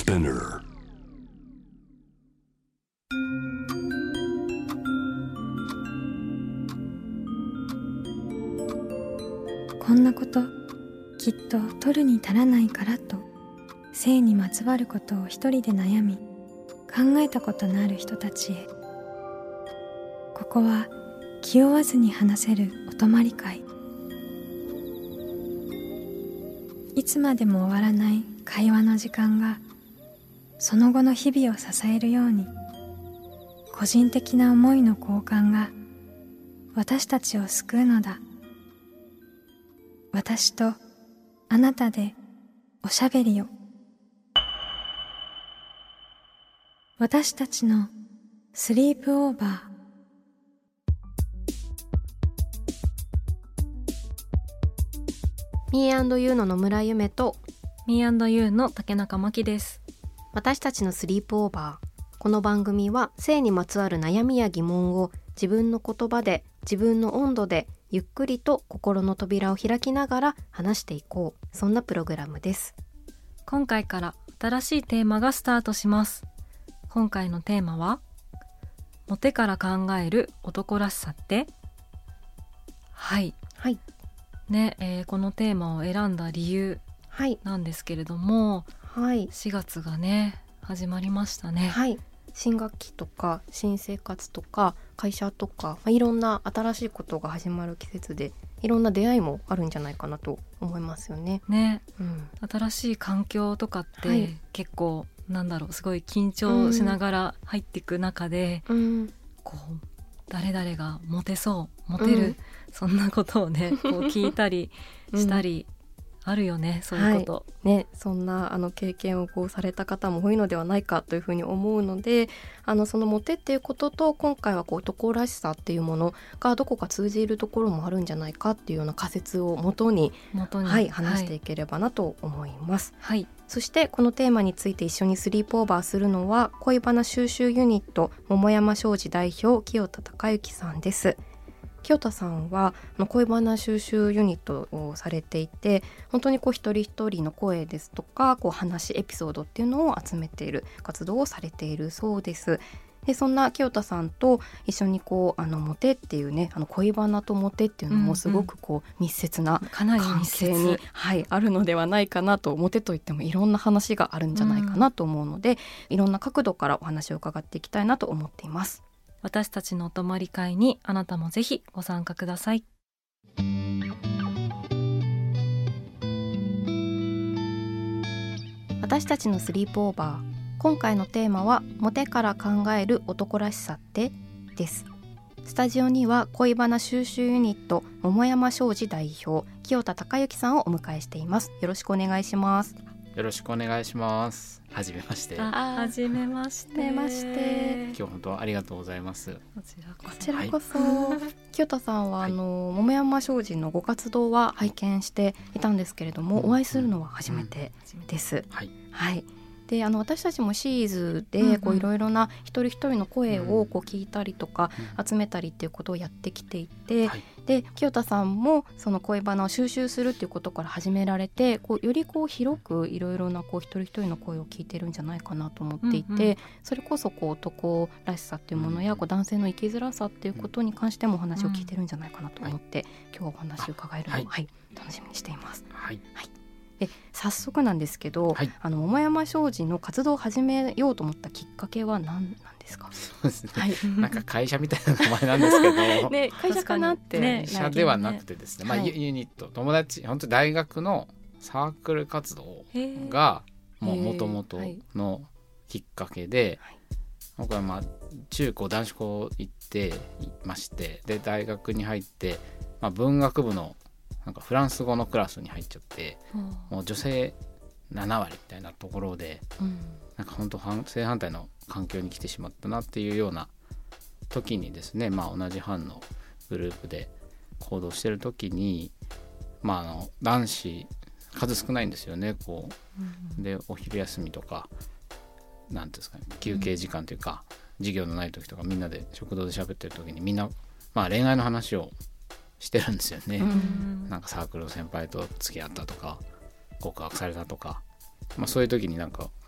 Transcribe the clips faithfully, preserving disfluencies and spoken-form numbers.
Spinner。 こんなこときっと取るに足らないからと性にまつわることを一人で悩み考えたことのある人たちへ、ここは気負わずに話せるお泊まり会。いつまでも終わらない会話の時間がその後の日々を支えるように、個人的な思いの交換が私たちを救うのだ。私とあなたでおしゃべりを。私たちのスリープオーバー。 ミー&ユーの野村ゆめとミー&ユーの竹中真希です。 私たちのスリープオーバー。この番組は性にまつわる悩みや疑問を自分の言葉で自分の温度でゆっくりと心の扉を開きながら話していこう、そんなプログラムです。 今回から新しいテーマがスタートします。今回のテーマはモテから考える男らしさって。はいはいね、えー、このテーマを選んだ理由なんですけれども、 はい、 しがつがね始まりましたね。 はい、新学期とか新生活とか会社とか、まあ、いろんな新しいことが始まる季節で、いろんな出会いもあるんじゃないかなと思いますよね。 ね、 うん、 新しい環境とかって、 はい、 結構なんだろう、すごい緊張しながら入っていく中で、 うん、 こう誰々がモテそうモテる、うん、そんなことをねこう聞いたりしたり、うん、あるよね、そういうこと、 はいね、そんなあの経験をこうされた方も多いのではないかというふうに思うので、あのそのモテっていうことと今回はこう男らしさっていうものがどこか通じるところもあるんじゃないかっていうような仮説をもとに、 元に、 はい、話していければなと思います、 はい、 そしてこのテーマについて一緒にスリープオーバーするのは恋バナ収集ユニット桃山商事代表清田孝之さんです。清田さんは恋バナ収集ユニットをされていて、本当にこう一人一人の声ですとかこう話エピソードっていうのを集めている活動をされているそうです。でそんな清田さんと一緒にこうあのモテっていうね、あの恋バナとモテっていうのもすごくこう密接な関係に、うんうん、はい、あるのではないかなと。モテといってもいろんな話があるんじゃないかなと思うので、うん、いろんな角度からお話を伺っていきたいなと思っています。 私たちのお泊まり会にあなたもぜひご参加ください。 私たちのスリープオーバー。今回のテーマはモテから考える男らしさってです。スタジオには恋バナ収集ユニット桃山商事代表清田孝之さんをお迎えしています。よろしくお願いします。 よろしくお願いします。はじめまして。 あ、はじめまして。 はじめまして。 今日本当ありがとうございます。 こちらこそ。 こちらこそ、はい、清田さんは、はい、あの桃山商事のご活動は拝見していたんですけれども、うん、お会いするのは初めてです。うんうん、はい、はい。であの私たちもシーズでいろいろな一人一人の声をこう聞いたりとか集めたりっていうことをやってきていて、はい、で清田さんもその恋バナを収集するっていうことから始められて、こうよりこう広くいろいろなこう一人一人の声を聞いてるんじゃないかなと思っていて、うんうん、それこそこう男らしさっていうものやこう男性の生きづらさっていうことに関してもお話を聞いてるんじゃないかなと思って、うん、今日はお話を伺えるのを、はいはい、楽しみにしています。はい、はい。で早速なんですけど、はい、あの桃山商事の活動を始めようと思ったきっかけは何なんですか？ そうですね、はい、なんか会社みたいな名前なんですけどね、会社かなって、 ね、会社ではなくてですね、まあ、ユニット友達、本当に大学のサークル活動がもともとのきっかけで、僕はまあ中高男子校行っていまして、で大学に入って、まあ、文学部のなんかフランス語のクラスに入っちゃって、うん、もう女性ななわりみたいなところで、うん、なんか本当正反対の環境に来てしまったなっていうような時にですね、まあ、同じ班のグループで行動してる時に、まあ、あの男子数少ないんですよねこう、うん、でお昼休みとかなんていうんですかね、休憩時間というか、うん、授業のない時とかみんなで食堂で喋ってる時にみんな、まあ、恋愛の話をしてるんですよね、うん、なんかサークルの先輩と付き合ったとか告白されたとか、まあ、そういう時になんか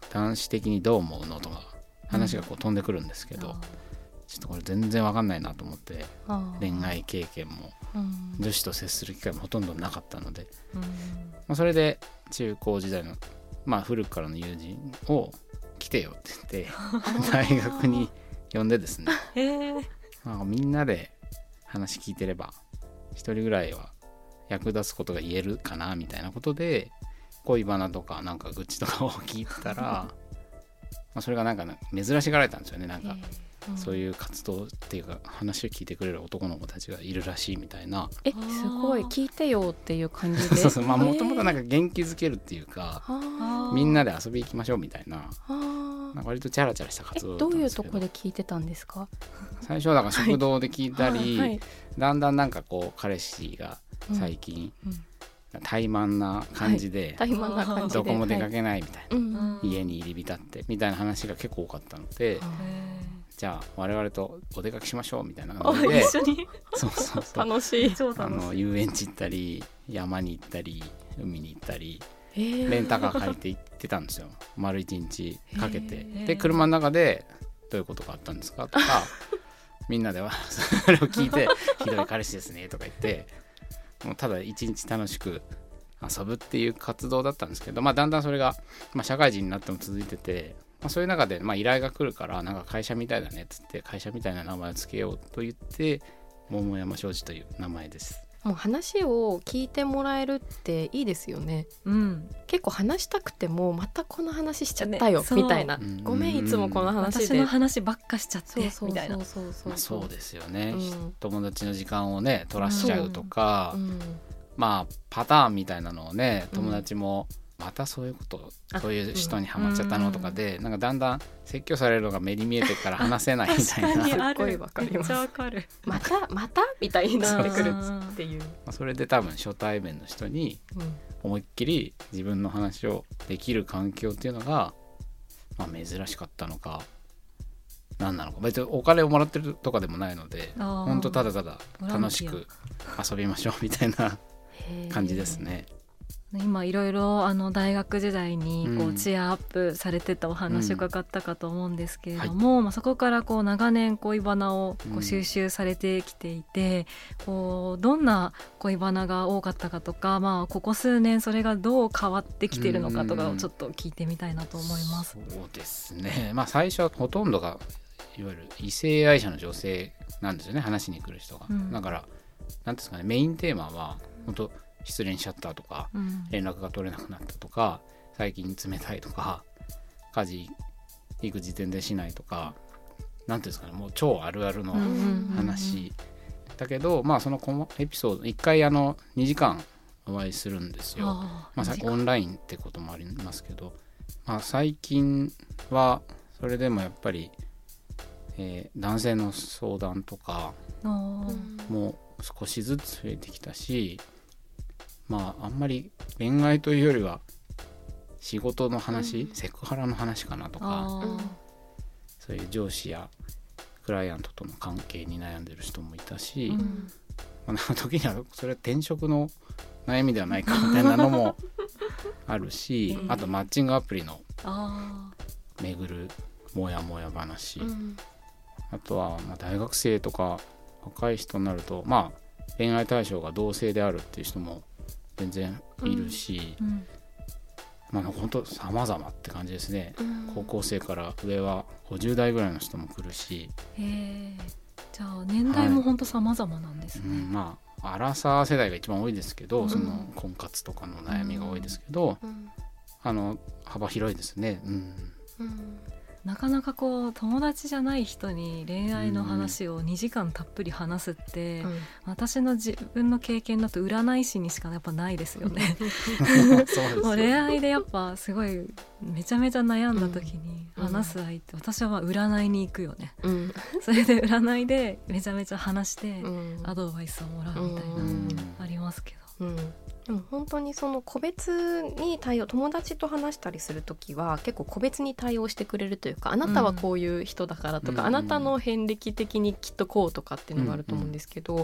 男子的にどう思うのとか話がこう飛んでくるんですけど、うん、ちょっとこれ全然わかんないなと思って、恋愛経験も、うん、女子と接する機会もほとんどなかったので、うん、まあ、それで中高時代の、まあ、古くからの友人を来てよって言って大学に呼んでですねまあ、みんなで話聞いてれば一人ぐらいは役立つことが言えるかなみたいなことで恋バナとかなんか愚痴とかを聞いてたらまあそれがなんか珍しがられたんですよね。なんかそういう活動っていうか話を聞いてくれる男の子たちがいるらしいみたいな。 え、すごい聞いてよっていう感じでそうそう、まあもともとなんか元気づけるっていうか、みんなで遊び行きましょうみたいな、なんか割とチャラチャラした活動だったんですけど。 どういうとこで聞いてたんですか？ 最初はだから食堂で聞いたり、はいはい、だんだんなんかこう彼氏が最近、うんうん怠慢な感じで、 はい、怠慢な感じでどこも出かけないみたいな、はい、家に入り浸ってみたいな話が結構多かったので、じゃあ我々とお出かけしましょうみたいな感じで一緒にそうそうそう楽しいあの遊園地行ったり山に行ったり海に行ったりレンタカー借りて行ってたんですよ。丸一日かけて。で車の中でどういうことがあったんですかとかみんなではそれを聞いてひどい彼氏ですねとか言ってもうただ一日楽しく遊ぶっていう活動だったんですけど、まあ、だんだんそれが、まあ、社会人になっても続いてて、まあ、そういう中で、まあ、依頼が来るからなんか会社みたいだねっつって会社みたいな名前を付けようと言って桃山商事という名前です。 もう話を聞いてもらえるっていいですよね、うん、結構話したくてもまたこの話しちゃったよ、ね、みたいな、うん、ごめんいつもこの話で私の話ばっかしちゃってみたいな。 そうですよね、うん、友達の時間をね取らしちゃうとか、うんうん、まあパターンみたいなのをね友達も、うん、またそういうことそういう人にハマっちゃったのとかで、うん、なんかだんだん説教されるのが目に見えてから話せないみたいなすっごいわかります。めっちゃわかるまたまたみたいになってくるっていうそれで多分初対面の人に思いっきり自分の話をできる環境っていうのが、まあ、珍しかったのか何なのか別にお金をもらってるとかでもないので本当ただただ楽しく遊びましょうみたいな感じですね。 今いろいろあの大学時代にこうチアアップされてたお話を伺ったかと思うんですけれども、うんはいまあ、そこからこう長年恋バナをこう収集されてきていて、うん、こうどんな恋バナが多かったかとか、まあ、ここ数年それがどう変わってきているのかとかをちょっと聞いてみたいなと思います。 うん、そうですね、まあ、最初はほとんどがいわゆる異性愛者の女性なんですよね話しに来る人が、うん、だからなんですかねメインテーマは本当失恋しちゃったとか、うん、連絡が取れなくなったとか最近冷たいとか家事育児全然しないとかなんていうんですかねもう超あるあるの話だけど、まあそのエピソードいっかいあのにじかんお会いするんですよ。あ、まあ、オンラインってこともありますけど、まあ、最近はそれでもやっぱり、えー、男性の相談とかも少しずつ増えてきたしまああんまり恋愛というよりは仕事の話、うん、セクハラの話かなとかそういう上司やクライアントとの関係に悩んでる人もいたし、うんまあ、時にはそれは転職の悩みではないかみたいなのもあるし、うん、あとマッチングアプリの巡るモヤモヤ話、うん、あとはまあ大学生とか若い人になるとまあ恋愛対象が同性であるっていう人も全然いるし、うんうんまあ、本当様々って感じですね、うん、高校生から上はごじゅう代ぐらいの人も来るしへじゃあ年代も本当様々なんですね、 はいうん、まあアラサー世代が一番多いですけど、うん、その婚活とかの悩みが多いですけど、うん、あの幅広いですね、うんうんなかなかこう友達じゃない人に恋愛の話をにじかんたっぷり話すって、うん、私の自分の経験だと占い師にしかやっぱないですよねそうもう恋愛でやっぱすごいめちゃめちゃ悩んだ時に話す相手、うん、私は占いに行くよね、うん、それで占いでめちゃめちゃ話してアドバイスをもらうみたいな、うん、ありますけど、うんでも本当にその個別に対応友達と話したりするときは結構個別に対応してくれるというかあなたはこういう人だからとか、うん、あなたの遍歴的にきっとこうとかっていうのがあると思うんですけど、うん、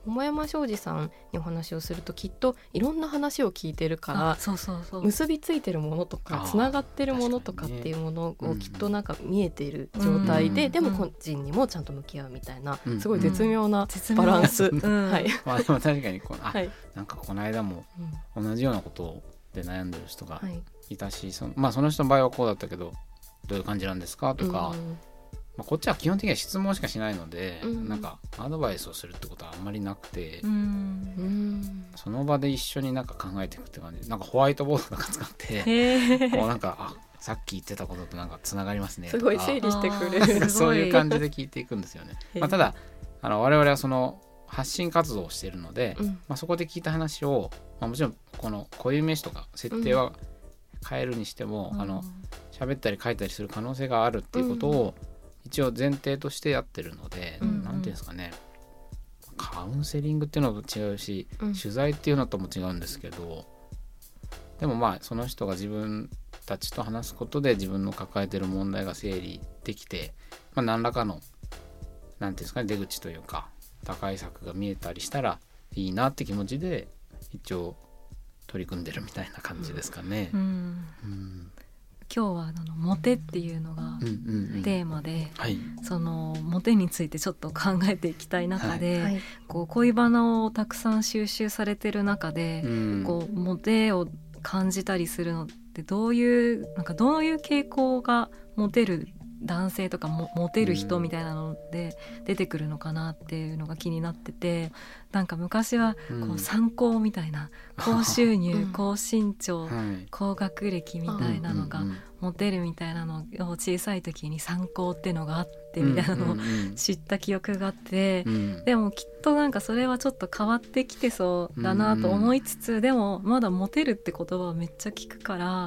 桃山商事さんにお話をするときっといろんな話を聞いてるからそうそうそう結びついてるものとかつながってるものとかっていうものをきっとなんか見えている状態で、うん、でも個人にもちゃんと向き合うみたいな、うん、すごい絶妙なバランス、うんうんはいまあ、でも確かにこのあ、はい、なんかこの間も同じようなことで悩んでる人がいたし、その、まあ、その人の場合はこうだったけどどういう感じなんですかとか、うんまあ、こっちは基本的には質問しかしないので、うん、なんかアドバイスをするってことはあんまりなくて、うん、その場で一緒になんか考えていくって感じ。なんかホワイトボードとか使ってもうなんかあさっき言ってたこととなんかつながりますねとかすごい整理してくれるそういう感じで聞いていくんですよね、まあ、ただあの我々はその発信活動をしているので、うんまあ、そこで聞いた話を、まあ、もちろんこの固有名詞とか設定は変えるにしても、うん、あの喋ったり書いたりする可能性があるっていうことを、うん一応前提としてやってるので、うんうん、なんていうんですかねカウンセリングっていうのと違うし、うん、取材っていうのとも違うんですけどでもまあその人が自分たちと話すことで自分の抱えてる問題が整理できて、まあ、何らかのなんていうんですかね出口というか打開策が見えたりしたらいいなって気持ちで一応取り組んでるみたいな感じですかね、うんうん今日はあのモテっていうのがテーマで、うんうんうんはい、そのモテについてちょっと考えていきたい中で、はい、こう恋バナをたくさん収集されてる中で、うん、こうモテを感じたりするのってどういうなんかどういう傾向がモテる男性とかもモテる人みたいなので出てくるのかなっていうのが気になってて、なんか昔はこう参考みたいな、うん、高収入高身長、はい、高学歴みたいなのがモテるみたいなのを小さい時に参考っていうのがあってみたいなのを知った記憶があって、うんうんうん、でもきっとなんかそれはちょっと変わってきてそうだなと思いつつ、うんうん、でもまだモテるって言葉はめっちゃ聞くから、うん、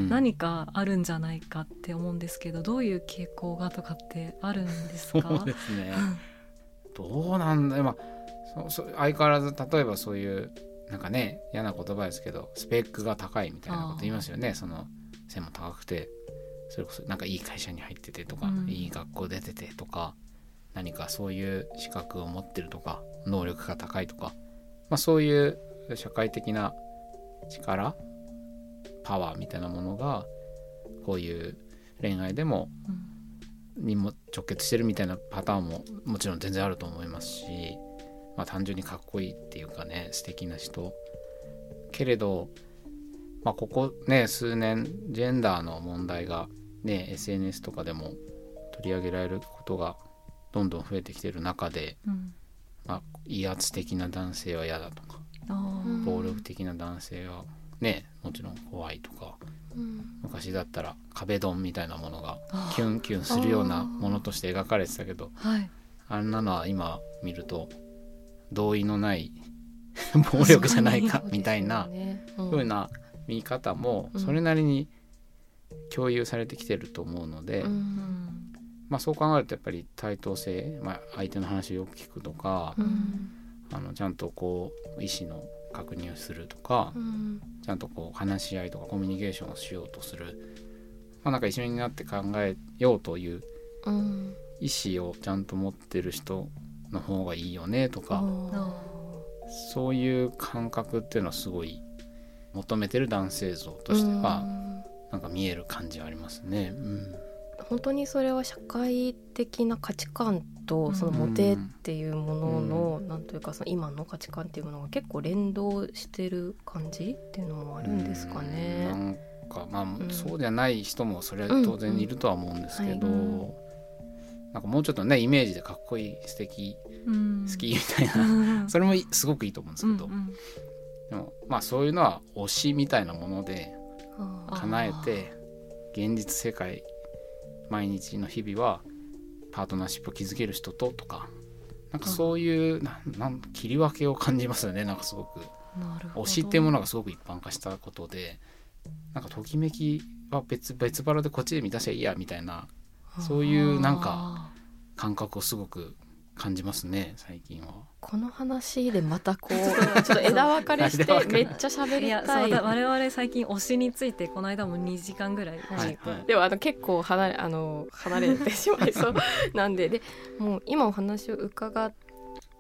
何かあるんじゃないかって思うんですけど、どういう傾向がとかってあるんですか？ そうですねどうなんだよ、まあ、そそ相変わらず例えばそういうなんかね嫌な言葉ですけどスペックが高いみたいなこと言いますよね。その背も高くてそれこそなんかいい会社に入っててとか、うん、いい学校出ててとか何かそういう資格を持ってるとか能力が高いとか、まあ、そういう社会的な力パワーみたいなものがこういう恋愛でも、うん、にも直結してるみたいなパターンももちろん全然あると思いますし、まあ、単純にかっこいいっていうかね素敵な人けれど、まあ、ここね数年ジェンダーの問題がね エスエヌエス とかでも取り上げられることがどんどん増えてきてる中で、うんまあ、威圧的な男性は嫌だとか暴力的な男性はねもちろん怖いとか、うん、昔だったら壁ドンみたいなものがキュンキュンするようなものとして描かれてたけど あ,、はい、あんなのは今見ると同意のない暴力じゃないかみたいな風な見方もそれなりに共有されてきてると思うので、うんまあ、そう考えるとやっぱり対等性、まあ、相手の話をよく聞くとか、うん、あのちゃんとこう意思の確認をするとか、うん、ちゃんとこう話し合いとかコミュニケーションをしようとする、まあ、なんか一緒になって考えようという意思をちゃんと持ってる人の方がいいよねとか、そういう感覚っていうのはすごい求めてる男性像としてはなんか見える感じはありますね、うん、 本当にそれは社会的な価値観とそのモテっていうものの、うん、なんというかその今の価値観っていうものが結構連動してる感じっていうのもあるんですかね、 うん、なんかまあ、うん、そうじゃない人もそれは当然いるとは思うんですけど、うんうんはい、なんかもうちょっとねイメージでかっこいい素敵、うん、好きみたいな、うん、それもすごくいいと思うんですけど、うんうん、でもまあそういうのは推しみたいなもので叶えて現実世界毎日の日々はパートナーシップを築ける人ととかなんかそういうななん切り分けを感じますよね。なんかすごく推しっていうものがすごく一般化したことでなんかときめきは別別腹でこっちで満たしゃいいやみたいなそういうなんか感覚をすごく感じますね最近は。 この話でまたこうちょっと枝分かれしてめっちゃ喋りたい。いや我々最近推しについてこの間もにじかんぐらい、はいはい、でもあの結構離れ、あの離れてしまいそうなんででもう今お話を伺って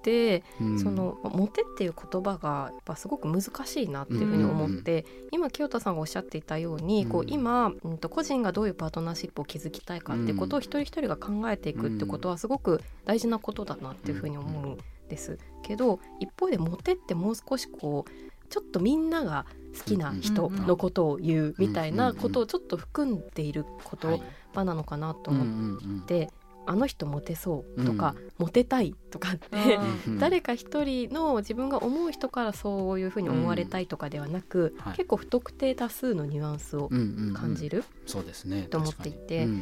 で、うん、そのモテっていう言葉がやっぱすごく難しいなっていうふうに思って、うん、今清田さんがおっしゃっていたように、うん、こう今、うん、と個人がどういうパートナーシップを築きたいかっていうことを一人一人が考えていくってことはすごく大事なことだなっていうふうに思うんですけど、一方でモテってもう少しこうちょっとみんなが好きな人のことを言うみたいなことをちょっと含んでいる言葉なのかなと思って、あの人モテそうとか、うん、モテたいとかって誰か一人の自分が思う人からそういうふうに思われたいとかではなく、うん、結構不特定多数のニュアンスを感じると思っていて、うんうん、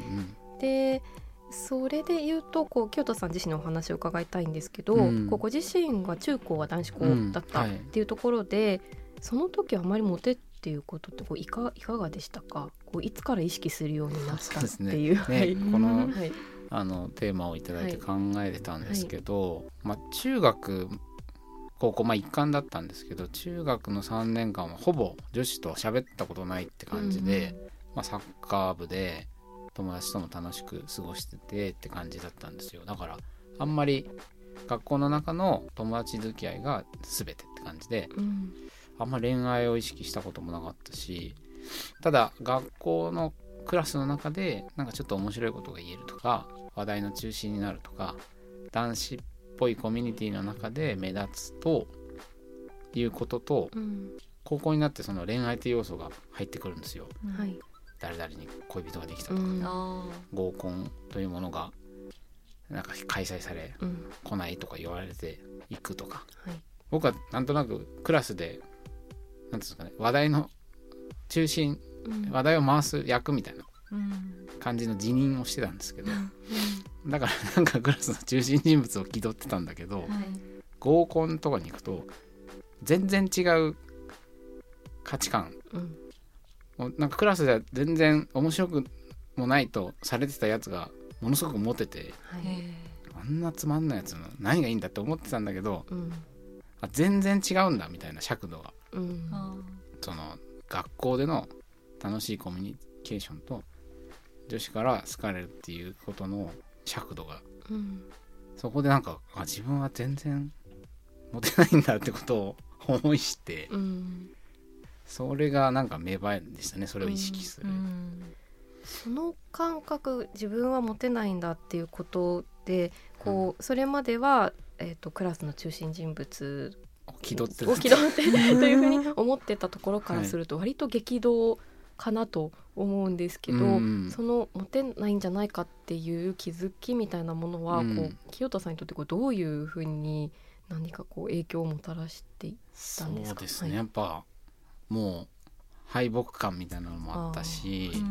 でそれで言うとこう清田さん自身のお話を伺いたいんですけど、うん、こうご自身が中高は男子校だったっていうところで、うんはい、その時はあまりモテっていうことってこういか、いかがでしたか？こういつから意識するようになったっていう、 そうですね、ねこの、はいあのテーマをいただいて考えてたんですけど、はいまあ、中学高校、まあ、一貫だったんですけど中学のさんねんかんはほぼ女子と喋ったことないって感じで、うんまあ、サッカー部で友達とも楽しく過ごしててって感じだったんですよ。だからあんまり学校の中の友達付き合いが全てって感じで、うん、あんまり恋愛を意識したこともなかったし、ただ学校のクラスの中でなんかちょっと面白いことが言えるとか話題の中心になるとか男子っぽいコミュニティの中で目立つということと、うん、高校になってその恋愛という要素が入ってくるんですよ、うん、誰々に恋人ができたとか、うん、合コンというものがなんか開催され、うん、来ないとか言われていくとか、はい、僕はなんとなくクラスでなんていうんですかね、話題の中心話題を回す役みたいな感じの辞任をしてたんですけど、うん、だからなんかクラスの中心人物を気取ってたんだけど、はい、合コンとかに行くと全然違う価値観、うん、もうなんかクラスでは全然面白くもないとされてたやつがものすごくモテて、はい、あんなつまんないやつの何がいいんだって思ってたんだけど、うん、あ全然違うんだみたいな尺度が、うん、その学校での楽しいコミュニケーションと女子から好かれるっていうことの尺度が、うん、そこでなんかあ自分は全然モテないんだってことを思い知って、うん、それがなんか芽生えでしたね。それを意識する、うんうん、 その感覚自分はモテないんだっていうことでこう、うん、それまでは、えーと、クラスの中心人物を気取ってる気取ってるというふうに思ってたところからすると割と激動かなと思うんですけど、うん、そのモテないんじゃないかっていう気づきみたいなものは、うん、こう清田さんにとってこうどういうふうに何かこう影響をもたらしていったんですか？ そうですね、はい、やっぱもう敗北感みたいなのもあったし、うん、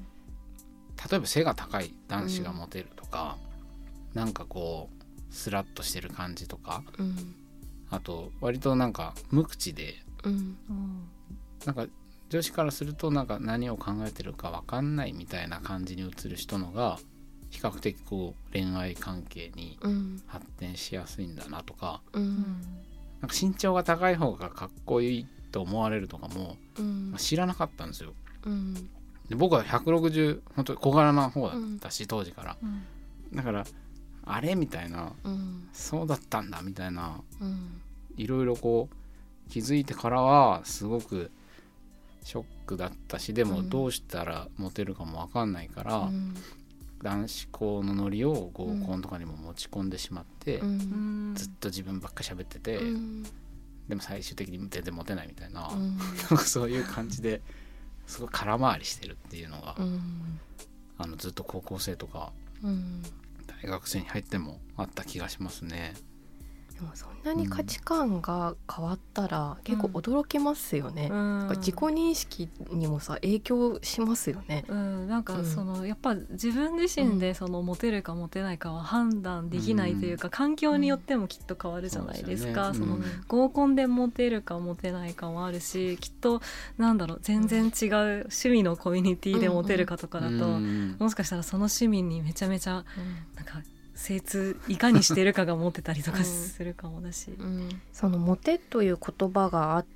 例えば背が高い男子がモテるとか、うん、なんかこうスラッとしてる感じとか、うん、あと割となんか無口で、うん、なんか女子からするとなんか何を考えてるか分かんないみたいな感じに映る人のが比較的こう恋愛関係に発展しやすいんだなとか、うん、なんか身長が高い方がかっこいいと思われるとかも、うんまあ、知らなかったんですよ、うん、で僕はひゃくろくじゅう本当に小柄な方だったし、うん、当時から、うん、だからあれみたいな、うん、そうだったんだみたいな、うん、いろいろこう気づいてからはすごくショックだったし、でもどうしたらモテるかも分かんないから、うん、男子校のノリを合コンとかにも持ち込んでしまって、うん、ずっと自分ばっか喋ってて、うん、でも最終的に全然モテないみたいな、うん、そういう感じですごい空回りしてるっていうのが、うん、あのずっと高校生とか、うん、大学生に入ってもあった気がしますね。 でもそんなに価値観が変わったら結構驚きますよね、うん、自己認識にもさ影響しますよね、 うん、なんかその、うん、やっぱ自分自身でそのモテるかモテないかは判断できないというか、うん、環境によってもきっと変わるじゃないですか、うん、その合コンでモテるかモテないかもあるし、きっとなんだろう全然違う趣味のコミュニティでモテるかとかだと、うんうん、もしかしたらその趣味にめちゃめちゃなんか精通いかにしてるかが持ってたりとかするかもだし、うんうん、 そのモテという言葉があって、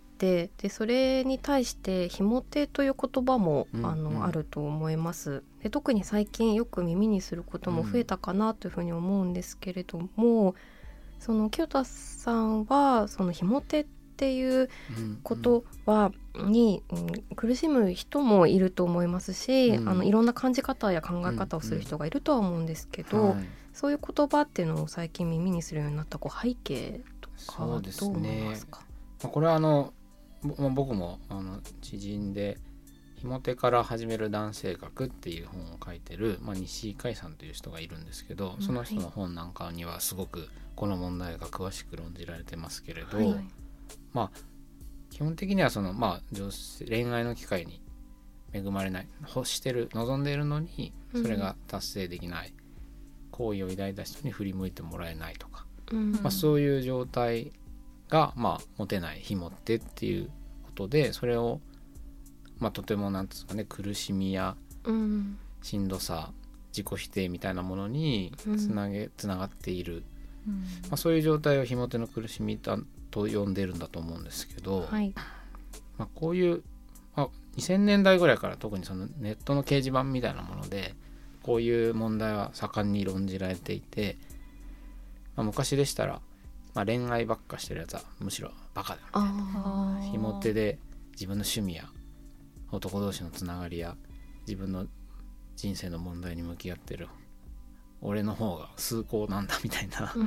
でそれに対して非モテという言葉も、うんうん、あのあると思います。で特に最近よく耳にすることも増えたかなというふうに思うんですけれども、 その清田さんはそのひも手っていうことは、うん、に、うん、苦しむ人もいると思いますし、うん、あのいろんな感じ方や考え方をする人がいるとは思うんですけど、うんうん、そういう言葉っていうのを最近耳にするようになったこう背景とかどう思いますか？ まあ、これはあの僕もあの知人でひも手から始める男性学っていう本を書いてる、まあ、西井海さんという人がいるんですけど、その人の本なんかにはすごくこの問題が詳しく論じられてますけれど、はい、まあ基本的にはその、まあ、女性恋愛の機会に恵まれない、欲してる望んでいるのにそれが達成できない、うん、好意を抱いた人に振り向いてもらえないとか、うんまあ、そういう状態が、まあ、モテないひも手っていうことで、それをまあ、とてもなんですかね、苦しみやしんどさ、うん、自己否定みたいなものにつなげ、うん、つながっている、うんまあ、そういう状態をひも手の苦しみだと呼んでるんだと思うんですけど、はいまあ、こういう、まあ、にせんねんだいぐらいから特にそのネットの掲示板みたいなものでこういう問題は盛んに論じられていて、まあ、昔でしたら、まあ、恋愛ばっかしてるやつはむしろバカだみたいな、ひも手で自分の趣味や男同士のつながりや自分の人生の問題に向き合ってる俺の方が崇高なんだみたいな、うん、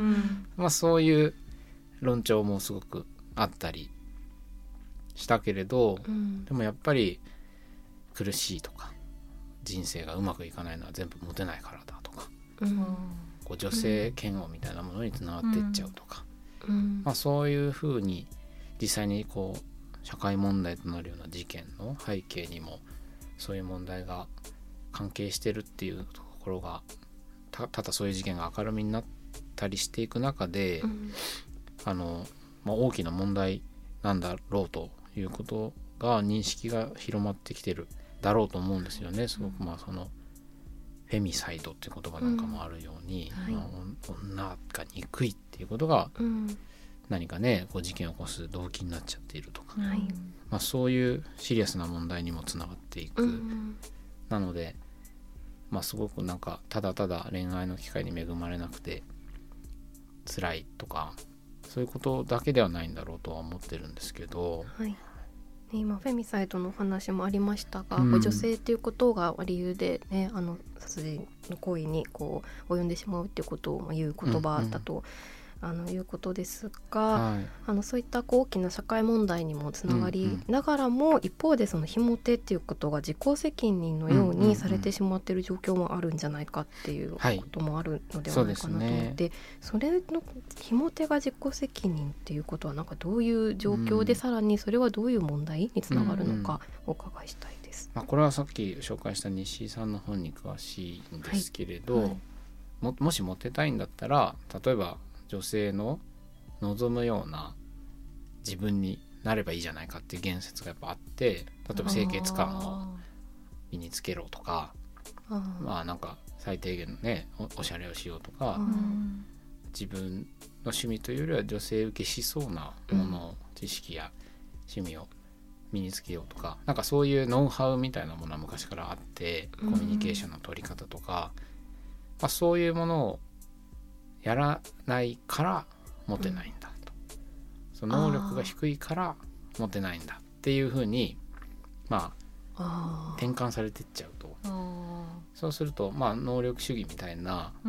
まあそういう論調もすごくあったりしたけれど、うん、でもやっぱり苦しいとか人生がうまくいかないのは全部モテないからだとか、うん、こう女性嫌悪みたいなものにつながっていっちゃうとか、うんまあ、そういうふうに実際にこう社会問題となるような事件の背景にもそういう問題が関係してるっていうところが た, ただそういう事件が明るみになったりしていく中で、うん、あの、まあ、大きな問題なんだろうということが認識が広まってきてるだろうと思うんですよね。すごくまあそのフェミサイドっていう言葉なんかもあるように、うんまあ、女が憎いっていうことが、うん何かねこう事件を起こす動機になっちゃっているとか、はいまあ、そういうシリアスな問題にもつながっていく、うん、なので、まあ、すごくなんかただただ恋愛の機会に恵まれなくて辛いとかそういうことだけではないんだろうとは思ってるんですけど、 はいね、今フェミサイドのお話もありましたが、うん、女性っていうことが理由で、ね、あの殺人の行為にこう及んでしまうっていうことを言う言葉だと、うんうんあのいうことですが、はい、あのそういったこう大きな社会問題にもつながりながらも、うんうん、一方でそのひも手っていうことが自己責任のようにされてしまっている状況もあるんじゃないかっていうこともあるのではないかなと思って、はい そ, ね、それのひも手が自己責任っていうことはなんかどういう状況で、うん、さらにそれはどういう問題につながるのかお伺いしたいです、 うんうんまあ、これはさっき紹介した西井さんの本に詳しいんですけれど、はいはい、も, もしモテたいんだったら例えば女性の望むような自分になればいいじゃないかっていう言説がやっぱあって例えば清潔感を身につけろとかあまあなんか最低限のね お, おしゃれをしようとか自分の趣味というよりは女性受けしそうなもの、うん、知識や趣味を身につけようとかなんかそういうノウハウみたいなものは昔からあってコミュニケーションの取り方とか、まあ、そういうものをやらないからモテないんだと、うん、その能力が低いからモテないんだっていうふうにまあ転換されていっちゃうとそうするとまあ能力主義みたいな、うん、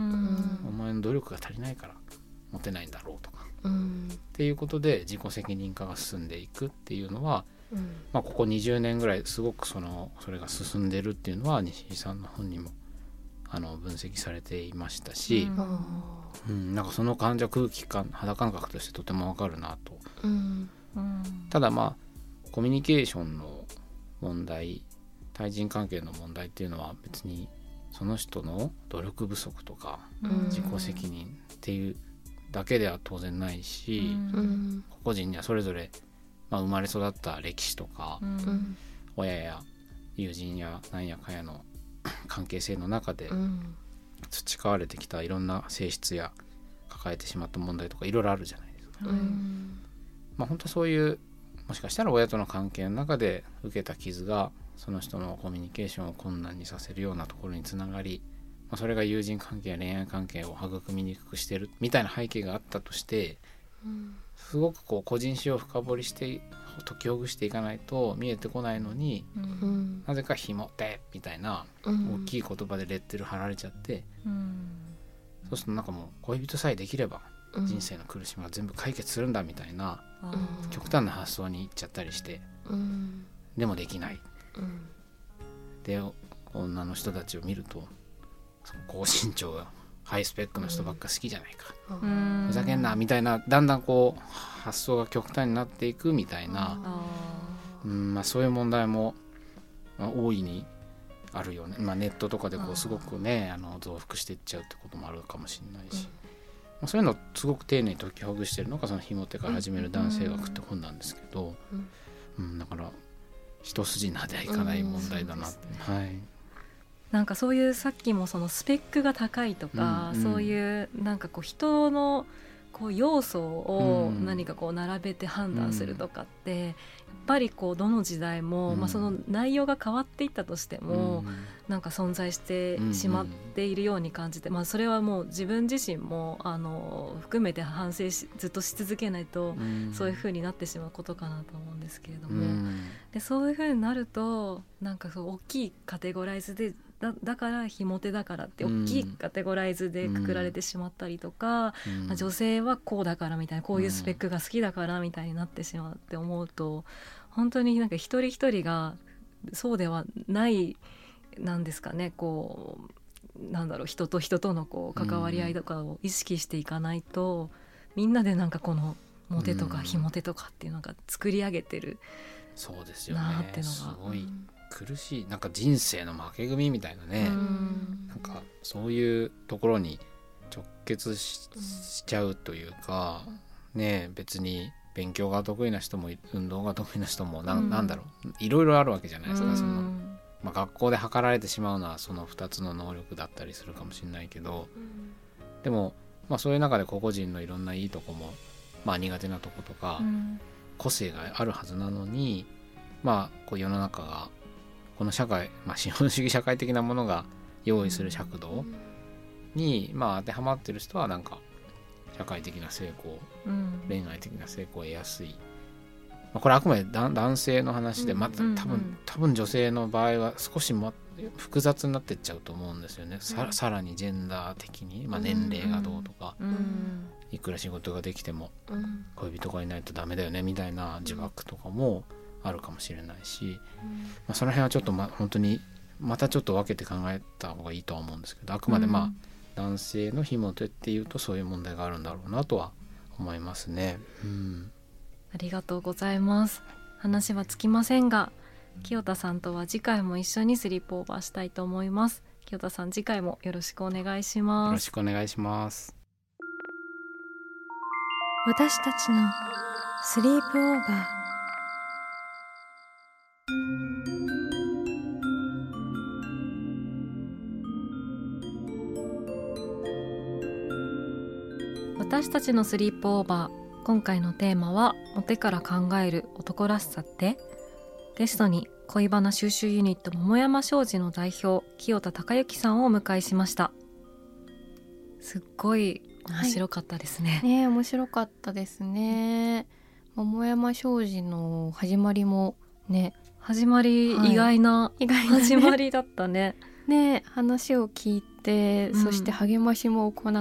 お前の努力が足りないからモテないんだろうとか、うん、っていうことで自己責任化が進んでいくっていうのは、うんまあ、ここにじゅうねんぐらいすごくそのそれが進んでるっていうのは西井さんの本にもあの分析されていましたし、うんうん、なんかその感じは空気感肌感覚としてとてもわかるなと、うんうん、ただまあコミュニケーションの問題対人関係の問題っていうのは別にその人の努力不足とか、うん、自己責任っていうだけでは当然ないし、うん、個々人にはそれぞれ、まあ、生まれ育った歴史とか、うん、親や友人や何やかやの関係性の中で培われてきたいろんな性質や抱えてしまった問題とかいろいろあるじゃないですか、うんまあ、本当そういうもしかしたら親との関係の中で受けた傷がその人のコミュニケーションを困難にさせるようなところにつながりあ、それが友人関係や恋愛関係を育みにくくしてるみたいな背景があったとして、うん、すごくこう個人史を深掘りして解きほぐしていかないと見えてこないのに、うん、なぜかひもてみたいな大きい言葉でレッテル貼られちゃって、うん、そうするとなんかもう恋人さえできれば人生の苦しみは全部解決するんだみたいな、うん、極端な発想にいっちゃったりして、うん、でもできない、うん、で女の人たちを見ると高身長がハイスペックの人ばっか好きじゃないか、うん、ふざけんなみたいな、だんだんこう発想が極端になっていくみたいな、うんまあ、そういう問題も、まあ、大いにあるよね、まあ、ネットとかでこうすごくねあの増幅していっちゃうってこともあるかもしれないし、うんまあ、そういうのをすごく丁寧に解きほぐしてるのがそのひも手から始める男性学って本なんですけど、うんうん、だから一筋縄ではいかない問題だなって、うんね、はい。 なんかそういうさっきもそのスペックが高いとか、うんうん、そういうなんかこう人のこう要素を何かこう並べて判断するとかって、うん、やっぱりこうどの時代も、うんまあ、その内容が変わっていったとしても、うん、なんか存在してしまっているように感じて、まあ、それはもう自分自身もあの含めて反省しずっとし続けないと、うん、そういう風になってしまうことかなと思うんですけれども、うん、でそういう風になるとなんかそう大きいカテゴライズでだ, だからひも手だからって大きいカテゴライズでくくられてしまったりとか、うんまあ、女性はこうだからみたいなこういうスペックが好きだからみたいになってしまうって思うと本当になんか一人一人がそうではないなんですかねこうなんだろう人と人とのこう関わり合いとかを意識していかないと、うん、みんなでなんかこのモテとかひも手とかっていうのが作り上げてるそうですよねなっていうのがすごい苦しいなんか人生の負け組みたいなね、うん、なんかそういうところに直結 し,、うん、しちゃうというかね別に勉強が得意な人も運動が得意な人も な,、うん、なんだろういろいろあるわけじゃないですか、うん、そのまあ、学校で測られてしまうのはそのふたつの能力だったりするかもしれないけど、うん、でも、まあ、そういう中で個々人のいろんないいとこも、まあ、苦手なとことか、うん、個性があるはずなのに、まあ、こう世の中がこの社会、まあ、資本主義社会的なものが用意する尺度に、まあ、当てはまってる人はなんか社会的な成功、うん、恋愛的な成功を得やすい、まあ、これあくまで男性の話で、また多分、多分女性の場合は少しも複雑になってっちゃうと思うんですよね、うん、さ, さらにジェンダー的に、まあ、年齢がどうとか、うん、いくら仕事ができても恋人がいないとダメだよねみたいな呪縛とかもあるかもしれないし、うんまあ、その辺はちょっと、ま、本当にまたちょっと分けて考えた方がいいとは思うんですけど、あくまでまあ、うん、男性のひも手っていうとそういう問題があるんだろうなとは思いますね、うん、 ありがとうございます。話はつきませんが清田さんとは次回も一緒にスリップオーバーしたいと思います。清田さん次回もよろしくお願いします。 よろしくお願いします。 私たちのスリープオーバー。 私たちのスリープオーバー、今回のテーマはモテから考える男らしさって。ゲストに恋バナ収集ユニット桃山商事の代表清田孝之さんをお迎えしました。すっごい面白かったですね、 はい、ね面白かったですね。桃山商事の始まりもね始まり意外な、はい、意外な、ね、始まりだったねね話を聞いて、うん、そして励ましも行って、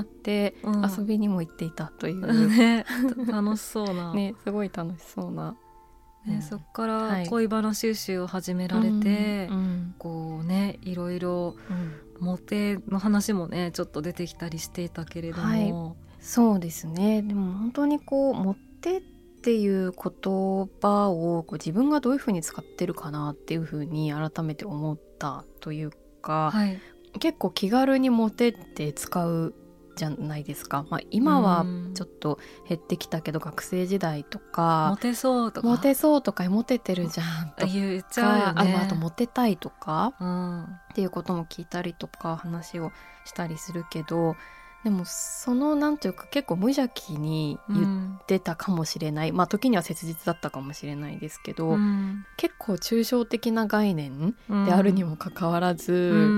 うん、遊びにも行っていたという、 ね、楽しそうなねすごい楽しそうな、 ね、うん、そっから恋バナ収集を始められて、うん、こうねいろいろモテの話もねちょっと出てきたりしていたけれども、はい、 そうですね。でも本当にこうモテっていう言葉をこう自分がどういうふうに使ってるかなっていうふうに改めて思ったというか、はい、結構気軽にモテって使うじゃないですか、まあ、今はちょっと減ってきたけど学生時代とかモテそうとかモテそうとかモテてるじゃんとか言っちゃうよね。 あ, あとモテたいとか、うん、っていうことも聞いたりとか話をしたりするけど、でもそのなんていうか結構無邪気に言ってたかもしれない、うん、まあ時には切実だったかもしれないですけど、うん、結構抽象的な概念であるにもかかわらず、うん、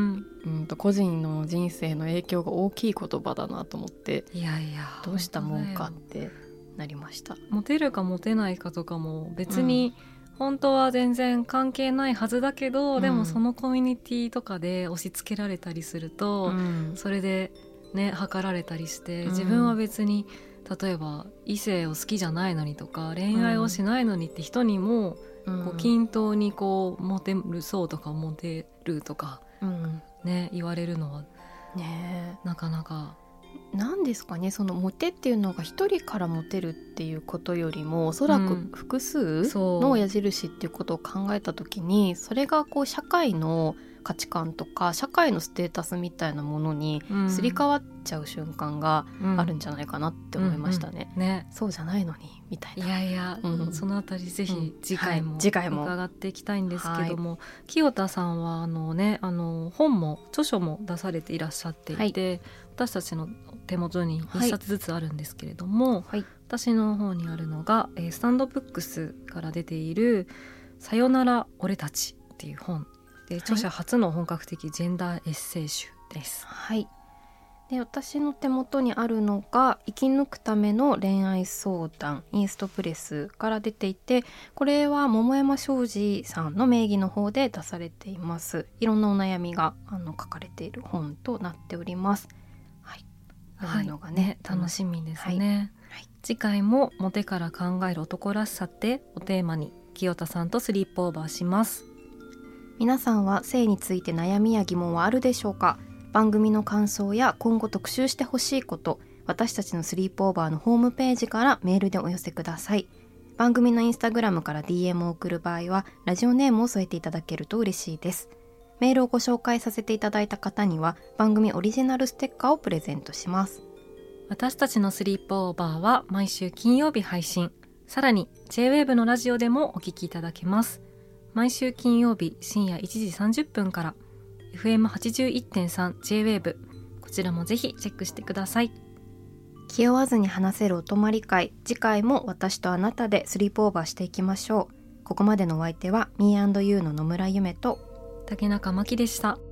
うんと個人の人生の影響が大きい言葉だなと思って、 いやいやどうしたもんかってなりました。 モテるかモテないかとかも別に本当は全然関係ないはずだけど、うん、でもそのコミュニティとかで押し付けられたりすると、うん、それでね測られたりして、自分は別に例えば異性を好きじゃないのにとか恋愛をしないのにって人にも、うん、こう均等にこうモテるそうとかモテるとか、うんね、言われるのは、ね、なかなかなんですかね、そのモテっていうのが一人からモテるっていうことよりもおそらく複数の矢印っていうことを考えた時に、うん、それがこう社会の価値観とか社会のステータスみたいなものにすり替わっちゃう瞬間があるんじゃないかなって思いましたね。 うんうんうん、ね、 そうじゃないのにみたいな。 いやいや、うん、そのあたりぜひ次回も伺っていきたいんですけども、 はい、 清田さんはあの、ね、あの本も著書も出されていらっしゃっていて、はい、私たちの手元にいっさつずつあるんですけれども、はい、私の方にあるのが、えー、スタンドブックスから出ているさよなら俺たちっていう本で、著者初の本格的ジェンダーエッセイ集です。 はい、で私の手元にあるのが生き抜くための恋愛相談インストプレスから出ていて、これは桃山商事さんの名義の方で出されています。いろんなお悩みがあの書かれている本となっております。はい、 はい、のがね、楽しみですね。はいはい、次回もモテから考える男らしさってをテーマに清田さんとスリープオーバーします。 皆さんは性について悩みや疑問はあるでしょうか。番組の感想や今後特集してほしいこと、私たちのスリープオーバーのホームページからメールでお寄せください。番組のインスタグラムから ディーエム を送る場合はラジオネームを添えていただけると嬉しいです。メールをご紹介させていただいた方には番組オリジナルステッカーをプレゼントします。 私たちのスリープオーバーは毎週金曜日配信、さらに ジェイウェーブ のラジオでもお聞きいただけます。毎週金曜日深夜いちじさんじゅっぷんから エフエムはちじゅういってんさん ジェイウェーブ、 こちらもぜひチェックしてください。 気負わずに話せるお泊まり会、次回も私とあなたでスリープオーバーしていきましょう。ここまでのお相手は ミーアンドユー の野村ゆめと竹中真希でした。